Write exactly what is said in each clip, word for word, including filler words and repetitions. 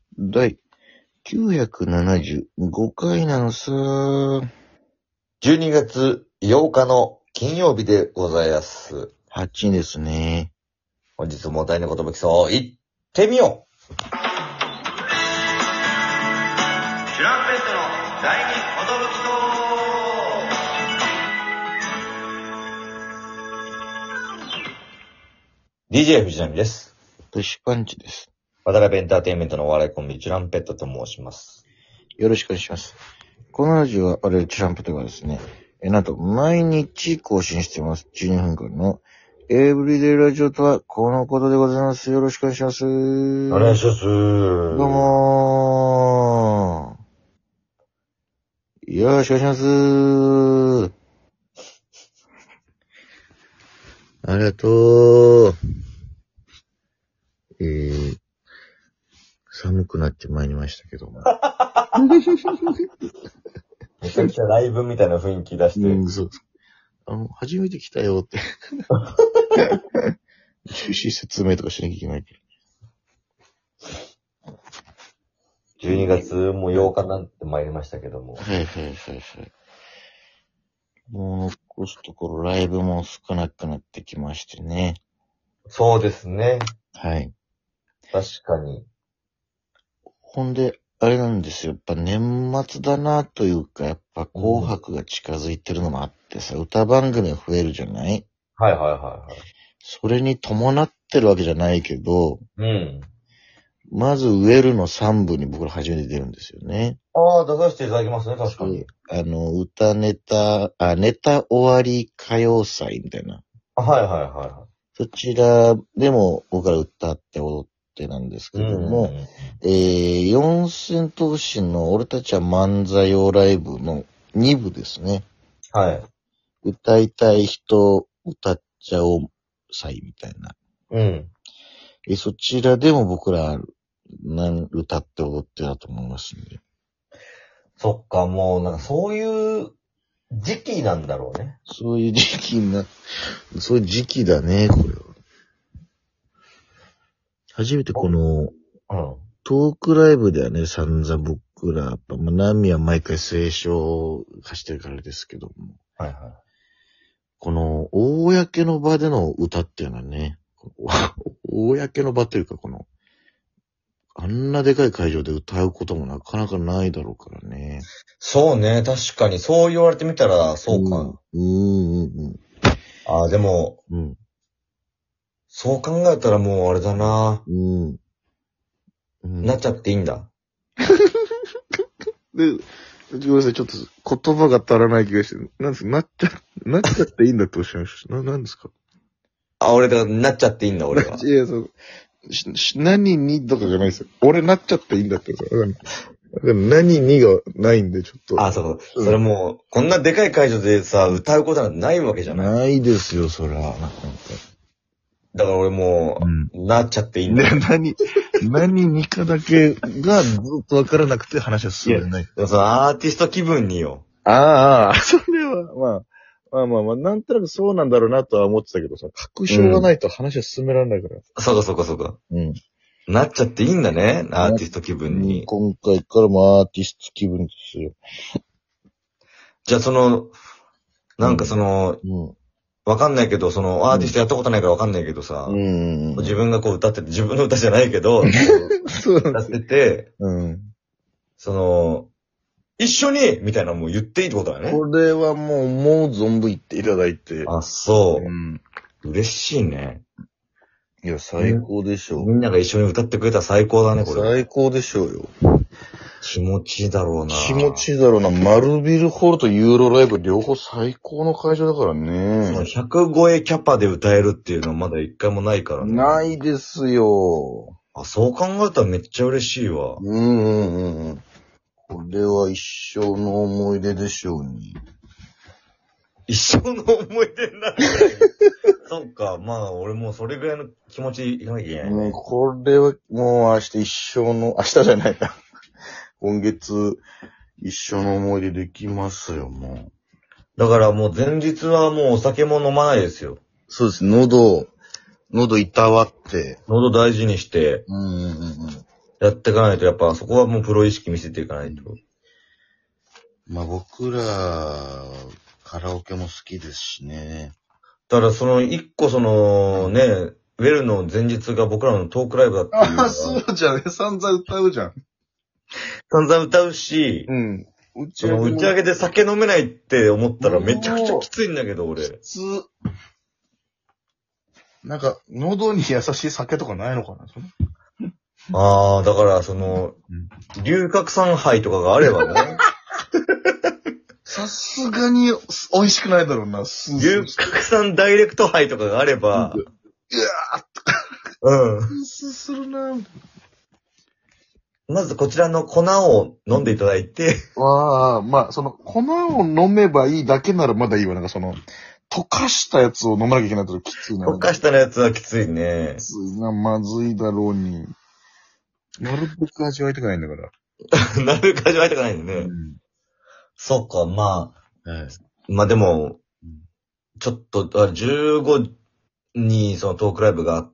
第きゅうひゃくななじゅうごかいなのさ。 じゅうにがつようかの金曜日でございます。 はちですね。 本日も第二のことぶきそう、行ってみよう。チュランペットの第二ことぶきそう。ディージェー 藤波です。 トシパンチです。 渡辺エンターテインメントのお笑いコンビ、チュランペットと申します。 よろしくお願いします。このラジオは我々チュランペットがですね、え、なんと毎日更新してます。じゅうにふんかんのエブリデイラジオとはこのことでございます。よろしくお願いします。 お願いします。どうもー。よろしくお願いします。ありがとう。えー、寒くなってまいりましたけども。 めちゃくちゃライブみたいな雰囲気出して。 うん、そう。あの、初めて来たよって。趣旨説明とかしなきゃいけないけど。じゅうにがつもうようかになってまいりましたけども。 はいはいはいはい。もう残すところライブも少なくなってきましてね。 そうですね。 はい。 確かに。 ほんで、あれなんですよ。やっぱ年末だなというか、やっぱ紅白が近づいてるのもあってさ、うん、歌番組が増えるじゃない？ はいはいはいはい。 それに伴ってるわけじゃないけど、 うん。 まずウェルのさんぶに僕ら初めて出るんですよね。 ああ、出させていただきますね、確かに。 あの、歌ネタ、あ、ネタ終わり歌謡祭みたいな。 はいはいはい。 そちらでも僕ら歌って踊ってなんですけども、うん、えー、四千頭身の俺たちは漫才用ライブのにぶですね。 はい。 歌いたい人歌っちゃおう祭みたいな。 うん。 え、そちらでも僕ら、なん歌って踊ってたと思いますんで。 そっか、もうなんかそういう時期なんだろうね。 そういう時期な、そういう時期だね、これは。初めてこの、うん、トークライブではね、散々僕ら、やっぱ、まあ、ナミは毎回清書化してるからですけども。 はいはい。 この、公の場での歌っていうのはね、公の場というか、この、あんなでかい会場で歌うこともなかなかないだろうからね。 そうね、確かに、そう言われてみたら、そうか。 うん、うん、うん。 ああ、でも、うん。そう考えたらもうあれだな。うん。うん、なっちゃっていいんだ。 で、ごめんなさい、ちょっと言葉が足らない気がして、なんですか、なっちゃ、なっちゃっていいんだっておっしゃいました。な、なんですか？ あ、俺だ、なっちゃっていいんだ、俺は。 いや、そう、し、し、何にとかじゃないですよ。俺なっちゃっていいんだってさ。何にがないんで、ちょっと。 あ、そう。うん、それもう、こんなでかい会場でさ、歌うことなんてないわけじゃない。 ないですよ、そら。 だから俺もう、うん、なっちゃっていいんだよ。 ね、何、何にかだけがずっとわからなくて話は進んでない。 いや、そのアーティスト気分によ。 ああ、それは、まあ、まあまあまあ、なんとなくそうなんだろうなとは思ってたけどさ、確証がないと話は進められないから。うん、 そうかそうかそうか。うん。なっちゃっていいんだね、アーティスト気分に。 今回からもアーティスト気分ですよ。 じゃあその、なんかその、うんうん、わかんないけど、その、アーティストやったことないからわかんないけどさ、うん、自分がこう歌ってて、自分の歌じゃないけど、そう歌ってて、うん、その、一緒にみたいなのも言っていいってことだね。 これはもう、もう存分言っていただいて。 あ、そう。うん、嬉しいね。 いや、最高でしょう。 みんなが一緒に歌ってくれたら最高だね、これ。 最高でしょうよ。 気持ちいいだろうな。 気持ちいいだろうな。丸ビルホールとユーロライブ両方最高の会場だからね。 そのひゃく超えキャパで歌えるっていうのはまだ一回もないからね。 ないですよ。 あ、そう考えたらめっちゃ嬉しいわ。 うんうんうん。これは一生の思い出でしょうに。 一生の思い出になる。そっか、まあ俺もうそれぐらいの気持ちいかなきゃいけないね。うん、 これはもう明日一生の、明日じゃないな。今月、一緒の思い出できますよ、もう。 だからもう前日はもうお酒も飲まないですよ。 そうです。喉、喉いたわって。 喉大事にして。 うんうんうん。 やっていかないと、やっぱそこはもうプロ意識見せていかないと。 まあ僕ら、カラオケも好きですしね。 ただその一個そのね、ウェルの前日が僕らのトークライブだっていう。 ああ、そうじゃん。散々歌うじゃん。 散々歌うし、 うん。 打ち上げ打ち上げで酒飲めないって思ったらめちゃくちゃきついんだけど、俺。きつ。なんか、喉に優しい酒とかないのかなああ、だからその、うん、龍角散杯とかがあればね。 さすがに美味しくないだろうな。 龍角散ダイレクト杯とかがあれば。 うわーっと。うん。 スーするなぁ。 まずこちらの粉を飲んでいただいて。 ああ、まあ、その、粉を飲めばいいだけならまだいいわ。なんかその、溶かしたやつを飲まなきゃいけないときついな。 溶かしたやつはきついね。 きついな、まずいだろうに。なるべく味わいたくないんだから。 なるべく味わいたくないんだね。うん、そっか、まあ。はい、まあでも、ちょっと、じゅうごにそのトークライブがあって、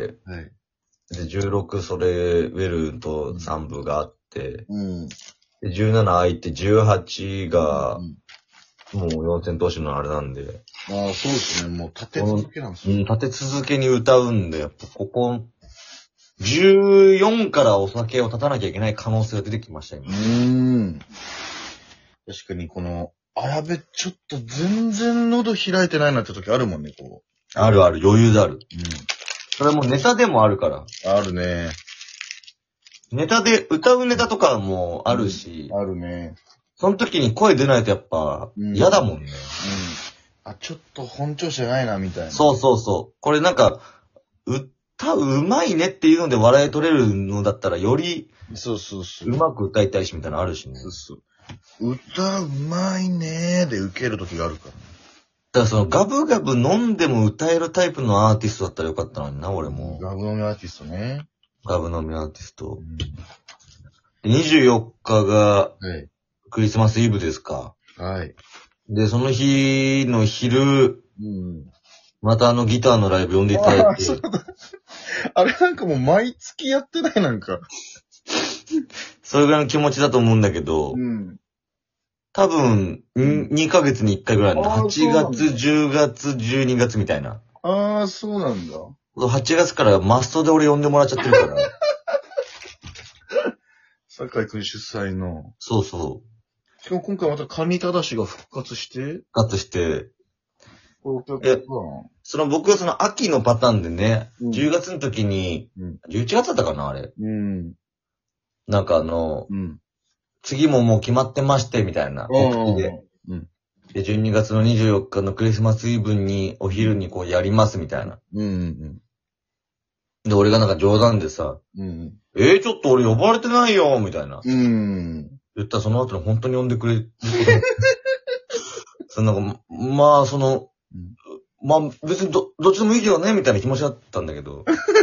はい、で、じゅうろくそれ、ウェルとさん部があって、うん、でじゅうなな空いてじゅうはちが、もう四千頭身のあれなんで。 ああ、そうですね。もう立て続けなんですよ。 うん、立て続けに歌うんで、やっぱここ、じゅうよんからお酒を立たなきゃいけない可能性が出てきました、今。うーん。確かにこの、あやべ、ちょっと全然喉開いてないなって時あるもんね、こう。あるある、余裕である。うん。それもネタでもあるから。 あるね。 ネタで、歌うネタとかもあるし。 うん、あるね。 その時に声出ないとやっぱ、嫌だもんね。うん。うん、 あ、ちょっと本調子じゃないな、みたいな。 そうそうそう。これなんか、歌うまいねっていうので笑い取れるのだったらより、 そうそうそう。 うまく歌いたいしみたいなのあるしね。 そうそう。歌うまいねーで受ける時があるから。 だからそのガブガブ飲んでも歌えるタイプのアーティストだったらよかったのにな、俺も。 ガブ飲みアーティストね。 ガブ飲みアーティスト。うん、にじゅうよっかが、クリスマスイブですか。 はい。 で、その日の昼、うん、またあのギターのライブ呼んでいただいて。 あ, あれなんかもう毎月やってないなんか。 それぐらいの気持ちだと思うんだけど、うん、多分、にかげつにいっかいぐらいの、はちがつ、じゅうがつ、じゅうにがつみたいな。 ああ、そうなんだ。 はちがつからマストで俺呼んでもらっちゃってるから。 酒井くん主催の。 そうそう。 しかも今回またカニタダシが復活して。 復活して。 これえ、その僕はその秋のパターンでね、うん、じゅうがつの時に、うん、じゅういちがつだったかな、あれ。うん。なんかあの、うん、次ももう決まってまして、みたいな。うんで、うん。で、じゅうにがつのにじゅうよっかのクリスマスイブにお昼にこうやります、みたいな。うんうんうん。で、俺がなんか冗談でさ、うん、えー、ちょっと俺呼ばれてないよ、みたいな。うん。言ったらその後に本当に呼んでくれることそのなんか、まあ、その、うん、まあ、別にど、どっちでもいいけどね、みたいな気持ちだったんだけど。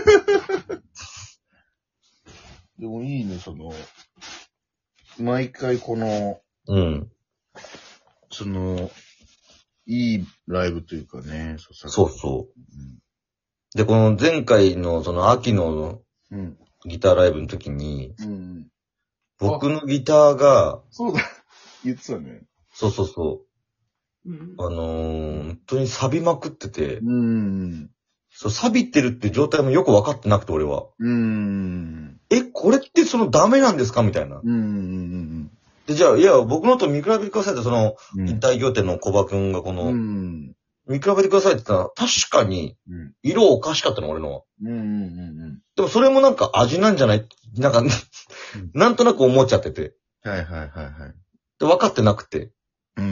でもいいね、その、毎回この、うん。その、いいライブというかね。 そうそうそう、うん。で、この前回のその秋のギターライブの時に、うん、僕のギターが、 そうだ、言ってたね。 そうそうそう。うん、あのー、本当に錆びまくってて、うん、そう、錆びてるって状態もよく分かってなくて、俺は。うん、え、これってそのダメなんですかみたいな。うん、で、じゃあ、いや、僕のと見比べてくださいって、その、一体業店の小葉くんがこの、うん、見比べてくださいって言ったら、確かに、色おかしかったの、俺のは。うんうんうん、でもそれもなんか味なんじゃないなんか、なんとなく思っちゃってて。 はいはいはいはい。 で、分かってなくて。うんうん、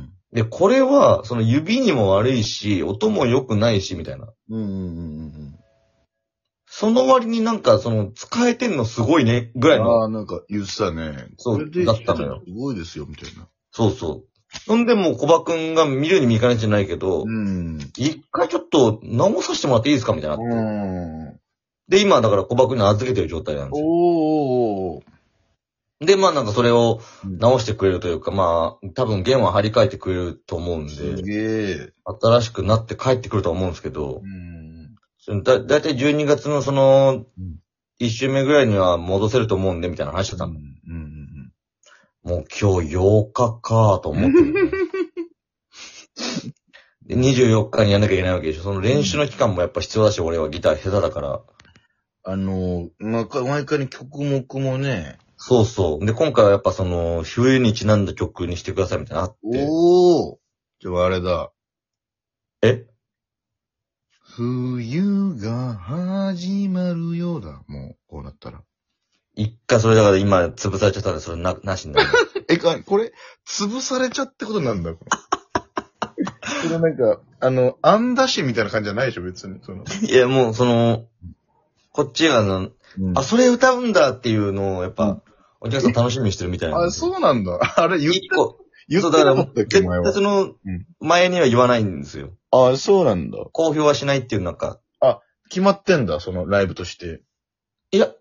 で、これは、その指にも悪いし、音も良くないし、みたいな。うんうんうん、その割になんか、その、使えてんのすごいね、ぐらいの。 ああ、なんか言ってたね。 そう、だったのよ。 すごいですよ、みたいな。 そうそう。そんでもう小葉くんが見るに見かねじゃないけど、うん、一回ちょっと直させてもらっていいですかみたいなって。うん、で、今だから小葉くんに預けてる状態なんですよ。おー。で、まあなんかそれを直してくれるというか、うん、まあ多分弦は張り替えてくれると思うんで、すげえ。新しくなって帰ってくると思うんですけど、うん、だ、だいたいじゅうにがつのその、 一周目ぐらいには戻せると思うんで、みたいな話してたの。うんうんうん、もう今日ようかかと思ってる、ね。でにじゅうよっかにやんなきゃいけないわけでしょ。その練習の期間もやっぱ必要だし、俺はギター下手だから。 あの、ま、毎回に曲目もね。 そうそう。で、今回はやっぱその、冬にちなんだ曲にしてくださいみたいなのあって。 おー。じゃああれだ。 え冬が始まるようだ。もう、こうなったら。 一回それだから今潰されちゃったらそれな、なしになる。 え、か、これ、潰されちゃってことなんだ。これなんか、あの、アンダシみたいな感じじゃないでしょ、別に。そのいや、もうその、こっちがあの、うん、あ、それ歌うんだっていうのを、やっぱ、うん、お客さん楽しみにしてるみたいな。 あ、そうなんだ。あれ、言って、 言ってなかったっけ、前は。その、前には言わないんですよ。 あ、そうなんだ。 公表はしないっていう、なんか。 あ、決まってんだ、そのライブとして。 いや、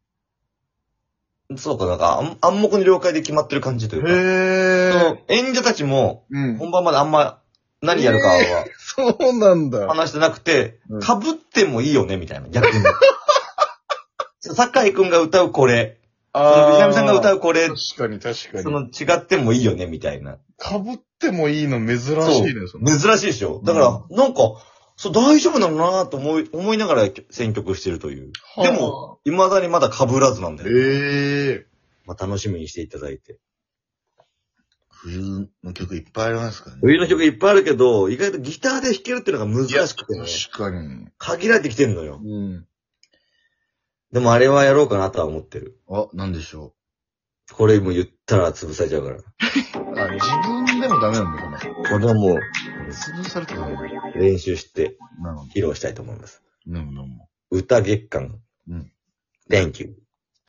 そうか、なんか、暗黙の了解で決まってる感じというか。へー。その、演者たちも、本番まであんま、何やるかは、 そうなんだ。 話してなくて、被ってもいいよね、みたいな、逆に。酒井くんが歌うこれ。あその藤波さんが歌うこれ。 確かに確かに。 その違ってもいいよね、みたいな。 被ってもいいの珍しいね、 その珍しいでしょ。だから、うん、なんか、そう、大丈夫なのかなと思い、思いながら選曲してるという。でも、未だにまだ被らずなんだよ。ええー。まあ、楽しみにしていただいて。 冬の曲いっぱいありますからね。 冬の曲いっぱいあるけど、意外とギターで弾けるっていうのが難しくてね。 確かに。 限られてきてんのよ。うん。でもあれはやろうかなとは思ってる。 あ、なんでしょう。これも言ったら潰されちゃうから。 あ、自分でもダメなんだよね。 これはもう、 潰されてダメ。 練習して、披露したいと思います。 なるほど。 歌月間。うん。Thank you.